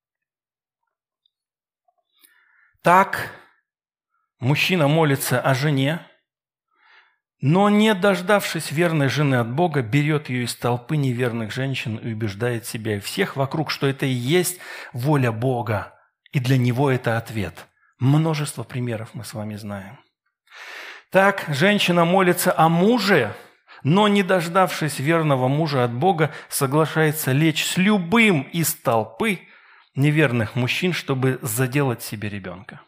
Так мужчина молится о жене, но, не дождавшись верной жены от Бога, берет ее из толпы неверных женщин и убеждает себя и всех вокруг, что это и есть воля Бога, и для него это ответ. Множество примеров мы с вами знаем. Так женщина молится о муже, но, не дождавшись верного мужа от Бога, соглашается лечь с любым из толпы неверных мужчин, чтобы заделать себе ребенка.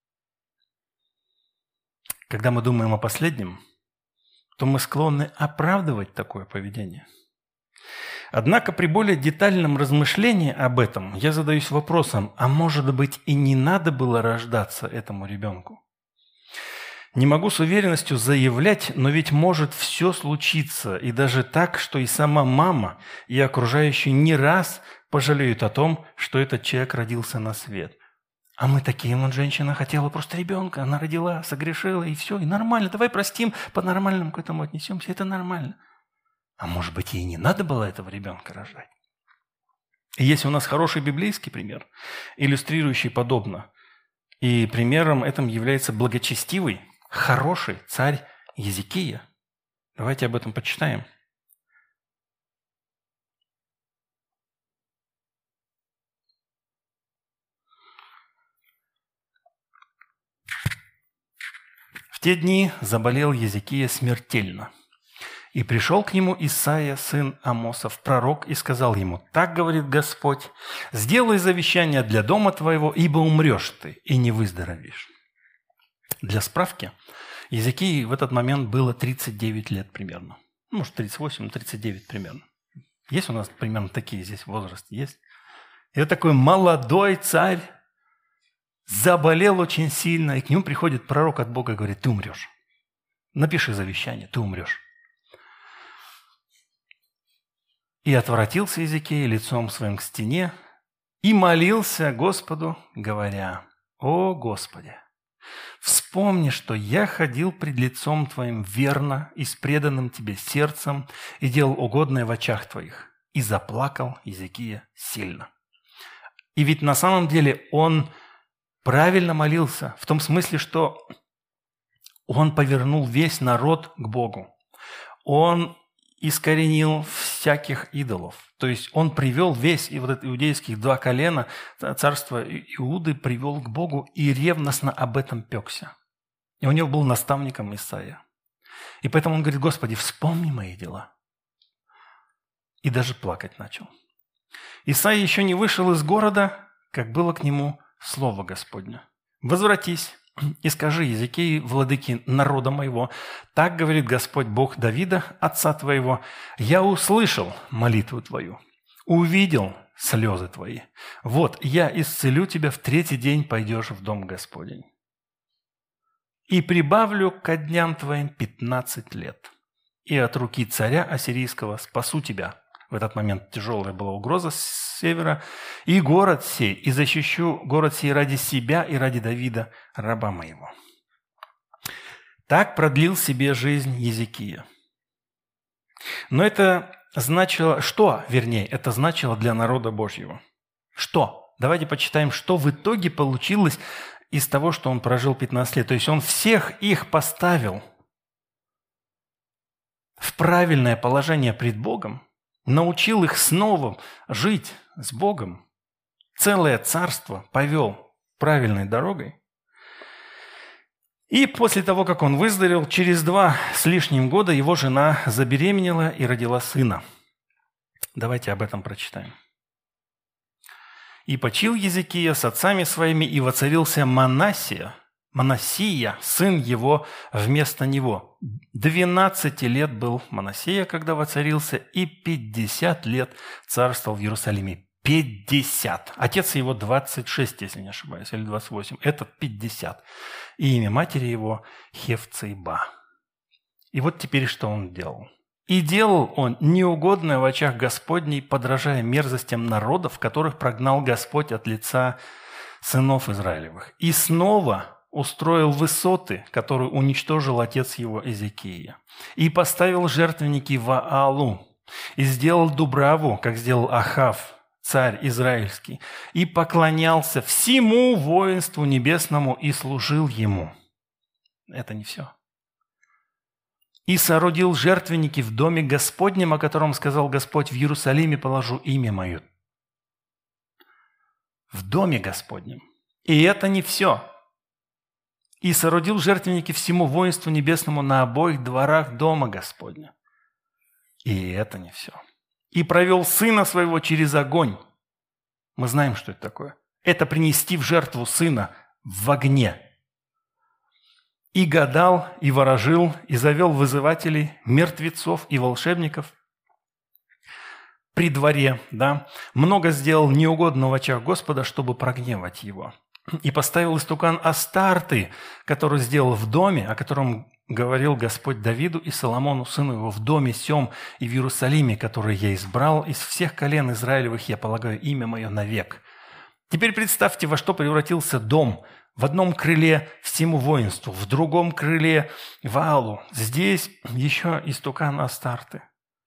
Когда мы думаем о последнем, то мы склонны оправдывать такое поведение. Однако при более детальном размышлении об этом я задаюсь вопросом: а может быть и не надо было рождаться этому ребенку? Не могу с уверенностью заявлять, но ведь может все случиться, и даже так, что и сама мама, и окружающие не раз пожалеют о том, что этот человек родился на свет. А мы такие: вот женщина хотела просто ребенка, она родила, согрешила, и все, и нормально, давай простим, по-нормальному к этому отнесемся, это нормально. А может быть, ей не надо было этого ребенка рождать? И есть у нас хороший библейский пример, иллюстрирующий подобно. И примером этим является благочестивый, хороший царь Езекия. Давайте об этом почитаем. В те дни заболел Езекия смертельно. И пришел к нему Исаия, сын Амосов, пророк, и сказал ему: «Так говорит Господь, сделай завещание для дома твоего, ибо умрешь ты и не выздоровеешь». Для справки, Езекии в этот момент было тридцать девять лет примерно. Может, тридцать восемь, но тридцать девять примерно. Есть у нас примерно такие здесь возрасты? Есть? И вот такой молодой царь заболел очень сильно, и к нему приходит пророк от Бога и говорит: «Ты умрешь. Напиши завещание, ты умрешь». И отворотился Езекия лицом своим к стене и молился Господу, говоря: «О Господи, вспомни, что я ходил пред лицом Твоим верно и с преданным Тебе сердцем и делал угодное в очах Твоих». И заплакал Езекия сильно. И ведь на самом деле он правильно молился, в том смысле, что он повернул весь народ к Богу. Он искоренил всяких идолов. То есть он привел весь и вот это иудейских два колена, царство Иуды привел к Богу и ревностно об этом пекся. И у него был наставником Исаия. И поэтому он говорит: «Господи, вспомни мои дела». И даже плакать начал. Исаия еще не вышел из города, как было к нему слово Господне: «Возвратись и скажи Езекии, владыке народа моего, так говорит Господь Бог Давида, отца твоего: я услышал молитву твою, увидел слезы твои. Вот, я исцелю тебя, в третий день пойдешь в дом Господень. И прибавлю ко дням твоим пятнадцать лет, и от руки царя ассирийского спасу тебя». В этот момент тяжелая была угроза с севера. «И город сей, и защищу город сей ради себя и ради Давида, раба моего». Так продлил себе жизнь Езекия. Но это значило, что, вернее, это значило для народа Божьего? Что? Давайте почитаем, что в итоге получилось из того, что он прожил пятнадцать лет. То есть он всех их поставил в правильное положение пред Богом, научил их снова жить с Богом, целое царство повел правильной дорогой. И после того, как он выздоровел, через два с лишним года его жена забеременела и родила сына. Давайте об этом прочитаем. «И почил Езекия с отцами своими, и воцарился Манассия Манассия, сын его, вместо него. Двенадцать лет был Манассия, когда воцарился, и пятьдесят лет царствовал в Иерусалиме. Пятьдесят. Отец его двадцать шесть, если не ошибаюсь, или двадцать восемь. Этот пятьдесят. И имя матери его Хефцейба. И вот теперь что он делал? «И делал он неугодное в очах Господней, подражая мерзостям народов, которых прогнал Господь от лица сынов Израилевых. И снова устроил высоты, которые уничтожил отец его Эзекия. И поставил жертвенники Ваалу, и сделал Дубраву, как сделал Ахав, царь израильский, и поклонялся всему воинству небесному и служил ему». Это не все. «И соорудил жертвенники в доме Господнем, о котором сказал Господь: в Иерусалиме положу имя мое». В доме Господнем. И это не все. «И соорудил жертвенники всему воинству небесному на обоих дворах дома Господня». И это не все. «И провел сына своего через огонь». Мы знаем, что это такое. Это принести в жертву сына в огне. «И гадал, и ворожил, и завел вызывателей, мертвецов и волшебников при дворе, да, много сделал неугодного в очах Господа, чтобы прогневать его. И поставил истукан Астарты, который сделал в доме, о котором говорил Господь Давиду и Соломону, сыну его, в доме сем и в Иерусалиме, который я избрал, из всех колен Израилевых я полагаю имя мое навек». Теперь представьте, во что превратился дом. В одном крыле всему воинству, в другом крыле Ваалу. Здесь еще истукан Астарты.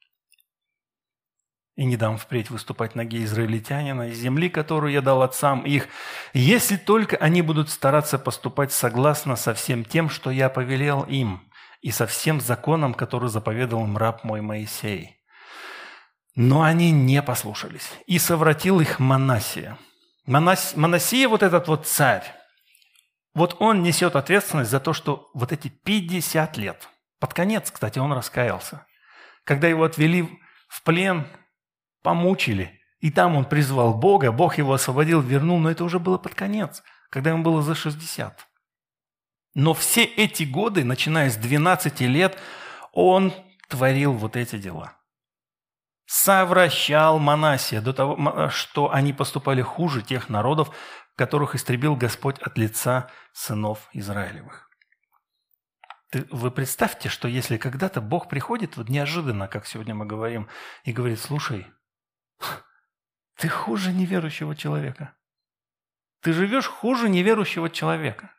«И не дам впредь выступать ноге израильтянина из земли, которую я дал отцам их, если только они будут стараться поступать согласно со всем тем, что я повелел им, и со всем законом, который заповедал им раб мой Моисей». Но они не послушались, и совратил их Манассия. Манас... Манассия, вот этот вот царь, вот он несет ответственность за то, что вот эти пятьдесят лет, под конец, кстати, он раскаялся, когда его отвели в плен, помучили, и там он призвал Бога, Бог его освободил, вернул, но это уже было под конец, когда ему было за шестьдесят. Но все эти годы, начиная с двенадцати лет, он творил вот эти дела. Совращал Манассия до того, что они поступали хуже тех народов, которых истребил Господь от лица сынов Израилевых. Вы представьте, что если когда-то Бог приходит вот неожиданно, как сегодня мы говорим, и говорит: слушай, ты хуже неверующего человека. Ты живешь хуже неверующего человека.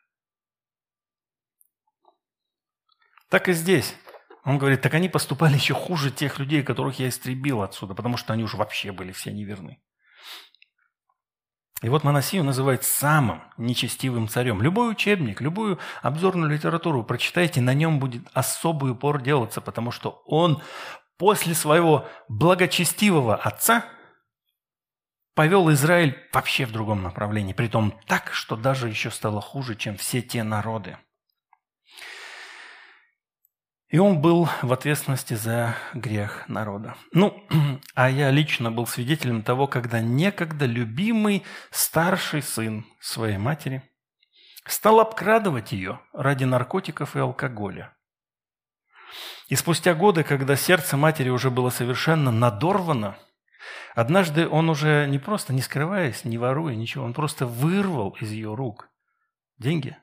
Так и здесь. Он говорит: так они поступали еще хуже тех людей, которых я истребил отсюда, потому что они уж вообще были все неверны. И вот Манассию называют самым нечестивым царем. Любой учебник, любую обзорную литературу прочитайте, на нем будет особый упор делаться, потому что он после своего благочестивого отца повел Израиль вообще в другом направлении, притом так, что даже еще стало хуже, чем все те народы. И он был в ответственности за грех народа. Ну, а я лично был свидетелем того, когда некогда любимый старший сын своей матери стал обкрадывать ее ради наркотиков и алкоголя. И спустя годы, когда сердце матери уже было совершенно надорвано, однажды он уже не просто, не скрываясь, не воруя ничего, он просто вырвал из ее рук деньги.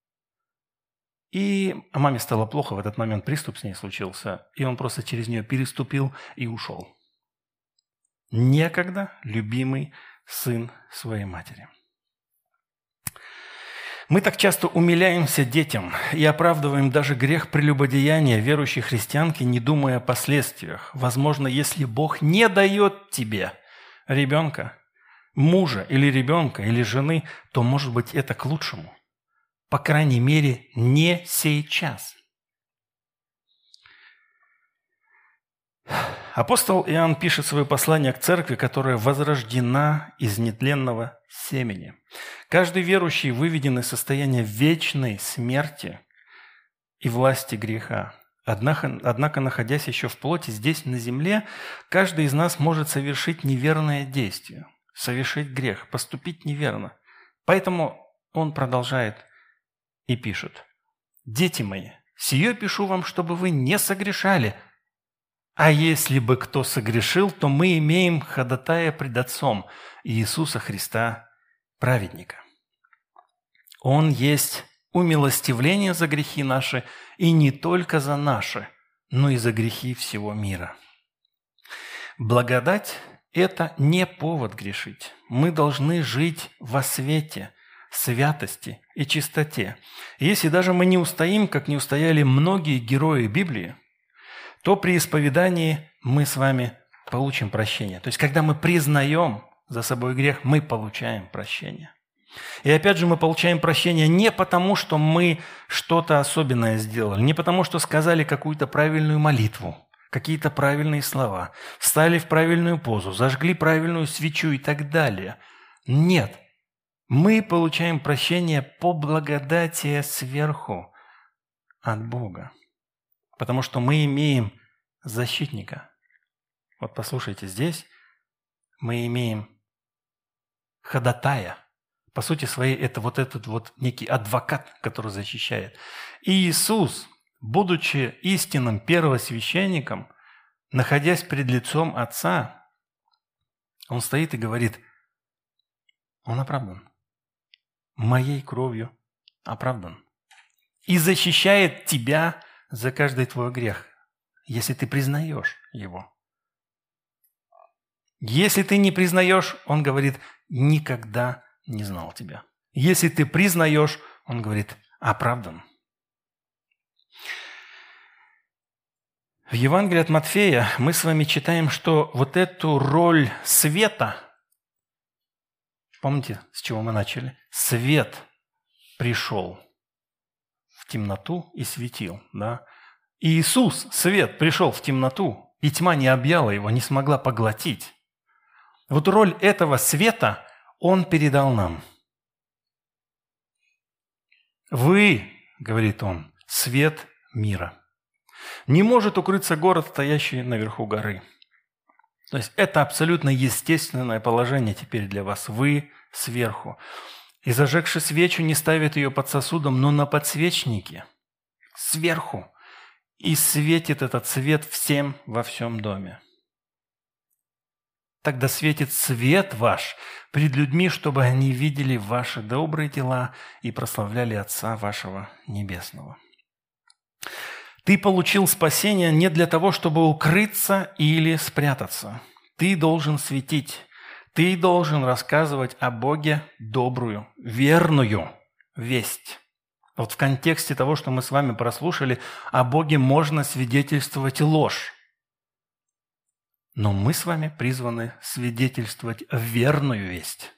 И маме стало плохо, в этот момент приступ с ней случился, и он просто через нее переступил и ушел. Некогда любимый сын своей матери. Мы так часто умиляемся детям и оправдываем даже грех прелюбодеяния верующей христианки, не думая о последствиях. Возможно, если Бог не дает тебе ребенка, мужа или ребенка, или жены, то, может быть, это к лучшему. По крайней мере, не сейчас. Апостол Иоанн пишет свое послание к церкви, которая возрождена из нетленного семени. Каждый верующий выведен из состояния вечной смерти и власти греха. Однако, однако, находясь еще в плоти здесь, на земле, каждый из нас может совершить неверное действие, совершить грех, поступить неверно. Поэтому он продолжает и пишет: «Дети мои, сие пишу вам, чтобы вы не согрешали. А если бы кто согрешил, то мы имеем ходатая пред Отцом, Иисуса Христа, праведника. Он есть умилостивление за грехи наши, и не только за наши, но и за грехи всего мира». Благодать – это не повод грешить. Мы должны жить во свете, святости и чистоте. Если даже мы не устоим, как не устояли многие герои Библии, то при исповедании мы с вами получим прощение. То есть, когда мы признаем за собой грех, мы получаем прощение. И опять же, мы получаем прощение не потому, что мы что-то особенное сделали, не потому, что сказали какую-то правильную молитву, какие-то правильные слова, встали в правильную позу, зажгли правильную свечу и так далее. Нет. Мы получаем прощение по благодати сверху от Бога. Потому что мы имеем защитника. Вот послушайте, здесь мы имеем ходатая. По сути своей, это вот этот вот некий адвокат, который защищает. И Иисус, будучи истинным первосвященником, находясь пред лицом Отца, Он стоит и говорит: Он оправдан. Моей кровью оправдан. И защищает тебя за каждый твой грех, если ты признаешь его. Если ты не признаешь, Он говорит: никогда не знал тебя. Если ты признаешь, Он говорит: оправдан. В Евангелии от Матфея мы с вами читаем, что вот эту роль света, помните, с чего мы начали? Свет пришел в темноту и светил, да? И Иисус, свет, пришел в темноту, и тьма не объяла его, не смогла поглотить. Вот роль этого света Он передал нам. «Вы, — говорит Он, — свет мира. Не может укрыться город, стоящий наверху горы». То есть это абсолютно естественное положение теперь для вас. Вы сверху. «И зажегши свечу, не ставит ее под сосудом, но на подсвечнике, сверху, и светит этот свет всем во всем доме. Тогда светит свет ваш пред людьми, чтобы они видели ваши добрые дела и прославляли Отца вашего Небесного». Ты получил спасение не для того, чтобы укрыться или спрятаться. Ты должен светить. Ты должен рассказывать о Боге добрую, верную весть. Вот в контексте того, что мы с вами прослушали, о Боге можно свидетельствовать ложь. Но мы с вами призваны свидетельствовать верную весть.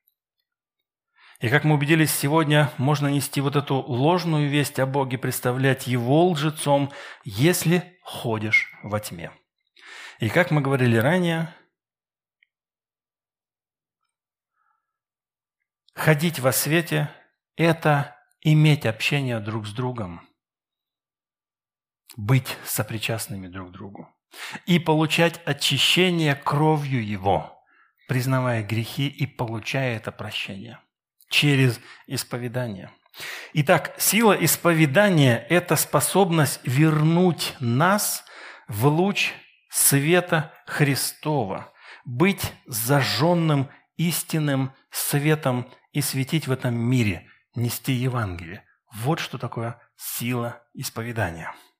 И как мы убедились сегодня, можно нести вот эту ложную весть о Боге, представлять Его лжецом, если ходишь во тьме. И как мы говорили ранее, ходить во свете – это иметь общение друг с другом, быть сопричастными друг к другу и получать очищение кровью Его, признавая грехи и получая это прощение через исповедание. Итак, сила исповедания – это способность вернуть нас в луч света Христова, быть зажженным истинным светом и светить в этом мире, нести Евангелие. Вот что такое сила исповедания.